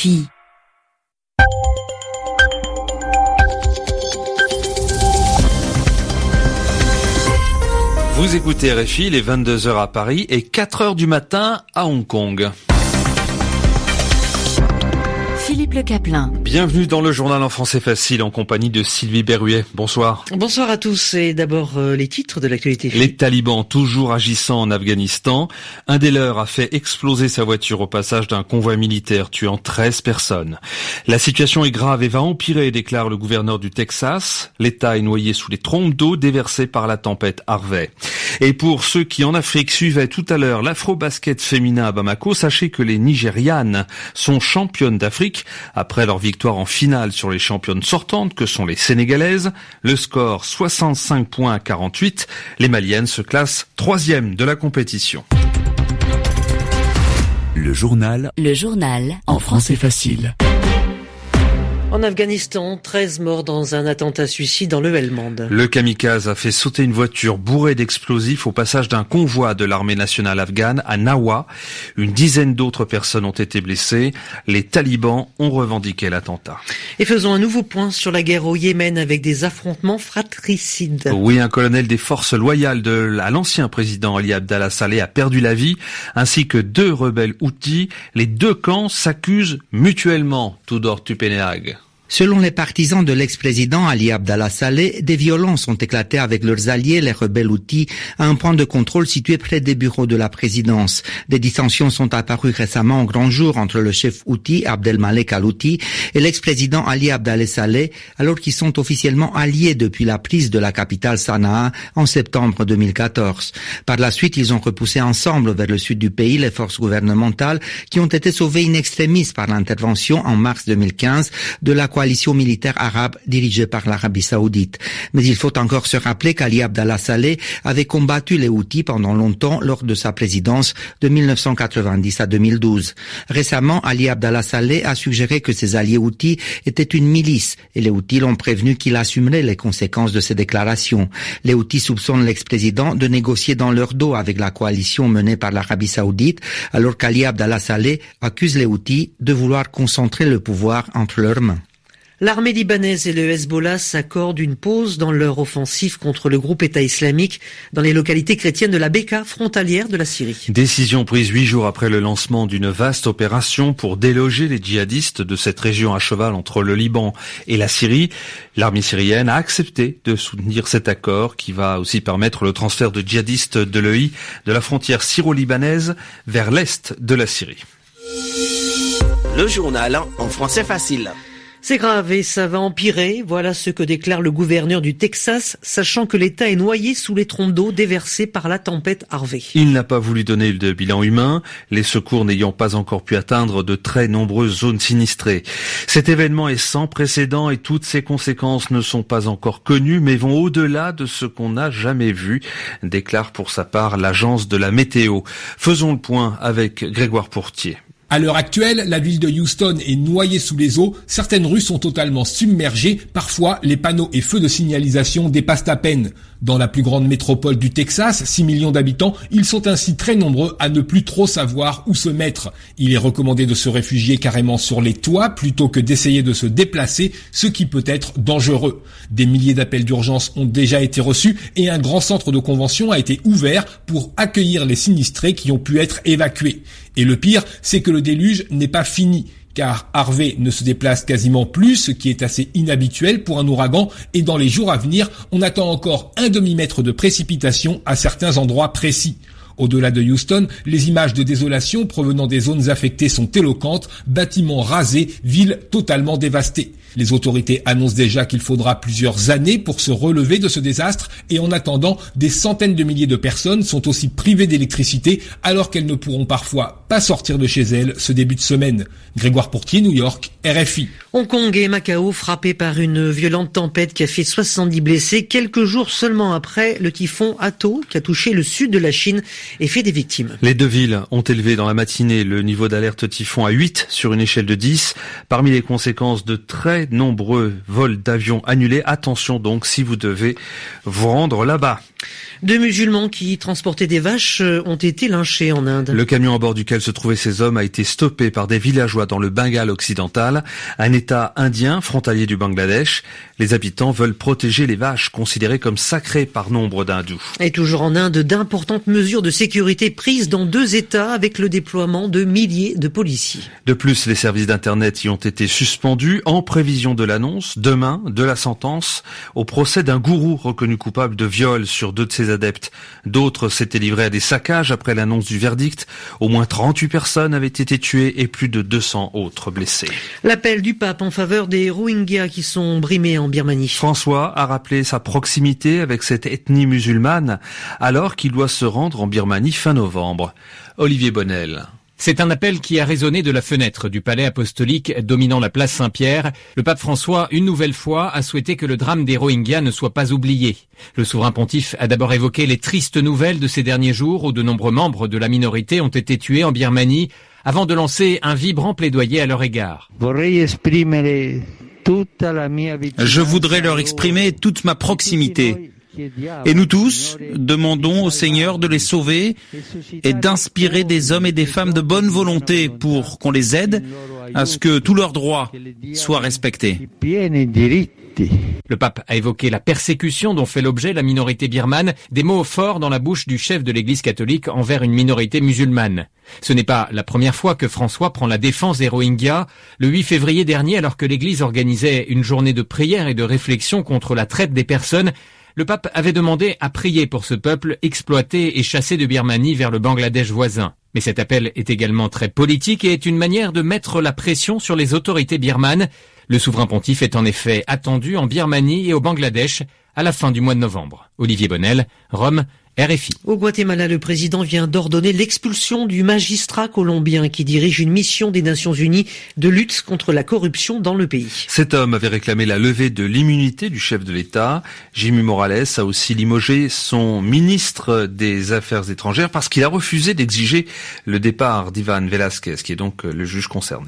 RFI. Vous écoutez RFI, il est 22h à Paris et 4h du matin à Hong Kong. Philippe Le Caplin. Bienvenue dans le journal en français facile en compagnie de Sylvie Berruet. Bonsoir. Bonsoir à tous et d'abord les titres de l'actualité. Les talibans toujours agissant en Afghanistan. Un des leurs a fait exploser sa voiture au passage d'un convoi militaire tuant 13 personnes. La situation est grave et va empirer, déclare le gouverneur du Texas. L'État est noyé sous les trompes d'eau déversées par la tempête Harvey. Et pour ceux qui en Afrique suivaient tout à l'heure l'afro-basket féminin à Bamako, sachez que les Nigérianes sont championnes d'Afrique après leur victoire en finale sur les championnes sortantes que sont les Sénégalaises. Le score 65 points à 48. Les Maliennes se classent 3e de la compétition. Le journal en français facile. En Afghanistan, 13 morts dans un attentat suicide dans le Helmand. Le kamikaze a fait sauter une voiture bourrée d'explosifs au passage d'un convoi de l'armée nationale afghane à Nawa. Une dizaine d'autres personnes ont été blessées. Les talibans ont revendiqué l'attentat. Et faisons un nouveau point sur la guerre au Yémen avec des affrontements fratricides. Oui, un colonel des forces loyales à l'ancien président Ali Abdallah Saleh a perdu la vie, ainsi que 2 rebelles houthis. Les 2 camps s'accusent mutuellement. Tudor Tupenehag. Selon les partisans de l'ex-président Ali Abdallah Saleh, des violences ont éclaté avec leurs alliés, les rebelles houthis, à un point de contrôle situé près des bureaux de la présidence. Des dissensions sont apparues récemment au grand jour entre le chef houthi Abdelmalek al-Houthi et l'ex-président Ali Abdallah Saleh, alors qu'ils sont officiellement alliés depuis la prise de la capitale Sanaa en septembre 2014. Par la suite, ils ont repoussé ensemble vers le sud du pays les forces gouvernementales qui ont été sauvées in extremis par l'intervention en mars 2015 de la coalition militaire arabe dirigée par l'Arabie Saoudite. Mais il faut encore se rappeler qu'Ali Abdallah Saleh avait combattu les Houthis pendant longtemps lors de sa présidence de 1990 à 2012. Récemment, Ali Abdallah Saleh a suggéré que ses alliés Houthis étaient une milice et les Houthis l'ont prévenu qu'il assumerait les conséquences de ces déclarations. Les Houthis soupçonnent l'ex-président de négocier dans leur dos avec la coalition menée par l'Arabie Saoudite, alors qu'Ali Abdallah Saleh accuse les Houthis de vouloir concentrer le pouvoir entre leurs mains. L'armée libanaise et le Hezbollah s'accordent une pause dans leur offensive contre le groupe État islamique dans les localités chrétiennes de la Beka, frontalière de la Syrie. Décision prise 8 jours après le lancement d'une vaste opération pour déloger les djihadistes de cette région à cheval entre le Liban et la Syrie. L'armée syrienne a accepté de soutenir cet accord qui va aussi permettre le transfert de djihadistes de l'EI de la frontière syro-libanaise vers l'est de la Syrie. Le journal en français facile. C'est grave et ça va empirer. Voilà ce que déclare le gouverneur du Texas, sachant que l'État est noyé sous les trompes d'eau déversées par la tempête Harvey. Il n'a pas voulu donner de bilan humain, les secours n'ayant pas encore pu atteindre de très nombreuses zones sinistrées. Cet événement est sans précédent et toutes ses conséquences ne sont pas encore connues, mais vont au-delà de ce qu'on n'a jamais vu, déclare pour sa part l'agence de la météo. Faisons le point avec Grégoire Pourtier. À l'heure actuelle, la ville de Houston est noyée sous les eaux, certaines rues sont totalement submergées, parfois les panneaux et feux de signalisation dépassent à peine. Dans la plus grande métropole du Texas, 6 millions d'habitants, ils sont ainsi très nombreux à ne plus trop savoir où se mettre. Il est recommandé de se réfugier carrément sur les toits plutôt que d'essayer de se déplacer, ce qui peut être dangereux. Des milliers d'appels d'urgence ont déjà été reçus et un grand centre de convention a été ouvert pour accueillir les sinistrés qui ont pu être évacués. Et le pire, c'est que le déluge n'est pas fini, car Harvey ne se déplace quasiment plus, ce qui est assez inhabituel pour un ouragan, et dans les jours à venir, on attend encore un demi-mètre de précipitation à certains endroits précis. Au-delà de Houston, les images de désolation provenant des zones affectées sont éloquentes, bâtiments rasés, villes totalement dévastées. Les autorités annoncent déjà qu'il faudra plusieurs années pour se relever de ce désastre et en attendant, des centaines de milliers de personnes sont aussi privées d'électricité alors qu'elles ne pourront parfois pas sortir de chez elles ce début de semaine. Grégoire Pourtier, New York, RFI. Hong Kong et Macao frappés par une violente tempête qui a fait 70 blessés quelques jours seulement après le typhon Hato qui a touché le sud de la Chine et fait des victimes. Les 2 villes ont élevé dans la matinée le niveau d'alerte typhon à 8 sur une échelle de 10. Parmi les conséquences de très très nombreux vols d'avions annulés. Attention donc si vous devez vous rendre là-bas. 2 musulmans qui transportaient des vaches ont été lynchés en Inde. Le camion à bord duquel se trouvaient ces hommes a été stoppé par des villageois dans le Bengale occidental, un État indien frontalier du Bangladesh. Les habitants veulent protéger les vaches considérées comme sacrées par nombre d'hindous. Et toujours en Inde, d'importantes mesures de sécurité prises dans 2 États avec le déploiement de milliers de policiers. De plus, les services d'Internet y ont été suspendus en prévision de l'annonce, demain, de la sentence au procès d'un gourou reconnu coupable de viol sur 2 de ses adeptes. D'autres s'étaient livrés à des saccages après l'annonce du verdict. Au moins 38 personnes avaient été tuées et plus de 200 autres blessées. L'appel du pape en faveur des Rohingyas qui sont brimés en Birmanie. François a rappelé sa proximité avec cette ethnie musulmane alors qu'il doit se rendre en Birmanie fin novembre. Olivier Bonnel. C'est un appel qui a résonné de la fenêtre du palais apostolique dominant la place Saint-Pierre. Le pape François, une nouvelle fois, a souhaité que le drame des Rohingyas ne soit pas oublié. Le souverain pontife a d'abord évoqué les tristes nouvelles de ces derniers jours où de nombreux membres de la minorité ont été tués en Birmanie avant de lancer un vibrant plaidoyer à leur égard. Je voudrais leur exprimer toute ma proximité. Et nous tous demandons au Seigneur de les sauver et d'inspirer des hommes et des femmes de bonne volonté pour qu'on les aide à ce que tous leurs droits soient respectés. Le pape a évoqué la persécution dont fait l'objet la minorité birmane, des mots forts dans la bouche du chef de l'Église catholique envers une minorité musulmane. Ce n'est pas la première fois que François prend la défense des Rohingyas. Le 8 février dernier, alors que l'Église organisait une journée de prière et de réflexion contre la traite des personnes, le pape avait demandé à prier pour ce peuple exploité et chassé de Birmanie vers le Bangladesh voisin. Mais cet appel est également très politique et est une manière de mettre la pression sur les autorités birmanes. Le souverain pontife est en effet attendu en Birmanie et au Bangladesh à la fin du mois de novembre. Olivier Bonnel, Rome, RFI. Au Guatemala, le président vient d'ordonner l'expulsion du magistrat colombien qui dirige une mission des Nations Unies de lutte contre la corruption dans le pays. Cet homme avait réclamé la levée de l'immunité du chef de l'État. Jimmy Morales a aussi limogé son ministre des Affaires étrangères parce qu'il a refusé d'exiger le départ d'Ivan Velázquez, qui est donc le juge concerné.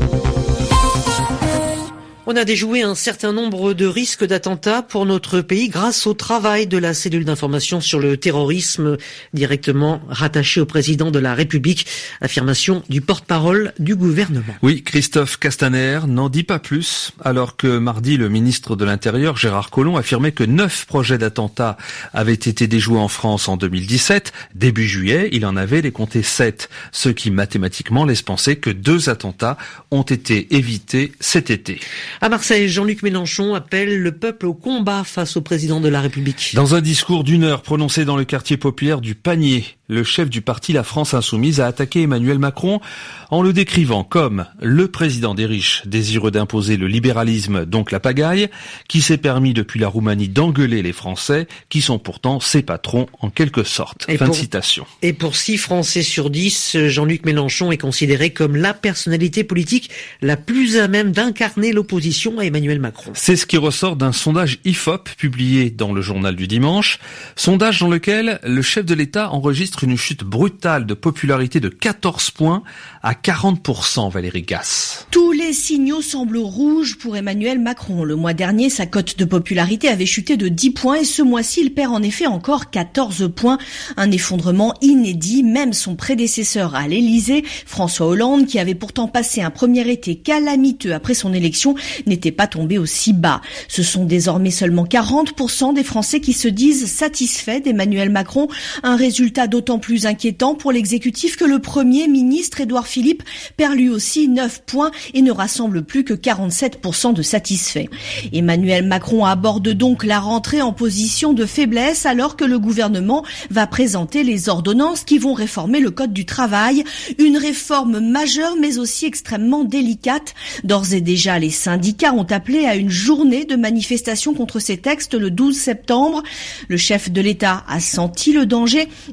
On a déjoué un certain nombre de risques d'attentats pour notre pays grâce au travail de la cellule d'information sur le terrorisme directement rattachée au président de la République. Affirmation du porte-parole du gouvernement. Oui, Christophe Castaner n'en dit pas plus, alors que mardi, le ministre de l'Intérieur, Gérard Collomb, affirmait que 9 projets d'attentats avaient été déjoués en France en 2017. Début juillet, il en avait les compté 7, ce qui mathématiquement laisse penser que 2 attentats ont été évités cet été. À Marseille, Jean-Luc Mélenchon appelle le peuple au combat face au président de la République. Dans un discours d'1 heure prononcé dans le quartier populaire du Panier, le chef du parti La France Insoumise a attaqué Emmanuel Macron en le décrivant comme le président des riches désireux d'imposer le libéralisme, donc la pagaille, qui s'est permis depuis la Roumanie d'engueuler les Français, qui sont pourtant ses patrons en quelque sorte. Fin de citation. Et pour 6 Français sur 10, Jean-Luc Mélenchon est considéré comme la personnalité politique la plus à même d'incarner l'opposition à Emmanuel Macron. C'est ce qui ressort d'un sondage IFOP publié dans le journal du dimanche. Sondage dans lequel le chef de l'État enregistre une chute brutale de popularité de 14 points à 40%, Valérie Gasse. Tous les signaux semblent rouges pour Emmanuel Macron. Le mois dernier, sa cote de popularité avait chuté de 10 points et ce mois-ci, il perd en effet encore 14 points. Un effondrement inédit. Même son prédécesseur à l'Élysée, François Hollande, qui avait pourtant passé un premier été calamiteux après son élection, n'était pas tombé aussi bas. Ce sont désormais seulement 40% des Français qui se disent satisfaits d'Emmanuel Macron. Un résultat d'autant plus inquiétant pour l'exécutif que le Premier ministre Édouard Philippe perd lui aussi 9 points et ne rassemble plus que 47% de satisfaits. Emmanuel Macron aborde donc la rentrée en position de faiblesse alors que le gouvernement va présenter les ordonnances qui vont réformer le code du travail. Une réforme majeure mais aussi extrêmement délicate. D'ores et déjà, les syndicats ont appelé à une journée de manifestation contre ces textes le 12 septembre. Le chef de l'État a senti le danger et a opéré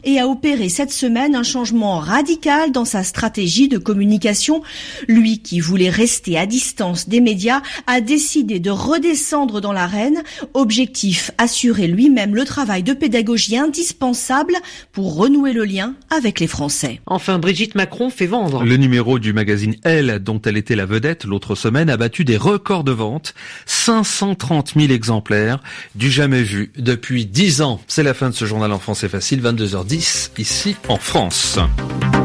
opéré cette semaine un changement radical dans sa stratégie de communication. Lui qui voulait rester à distance des médias a décidé de redescendre dans l'arène. Objectif, assurer lui-même le travail de pédagogie indispensable pour renouer le lien avec les Français. Enfin, Brigitte Macron fait vendre. Le numéro du magazine Elle, dont elle était la vedette l'autre semaine, a battu des records de vente. 530 000 exemplaires, du jamais vu depuis 10 ans. C'est la fin de ce journal en français facile, 22h10, ici en France.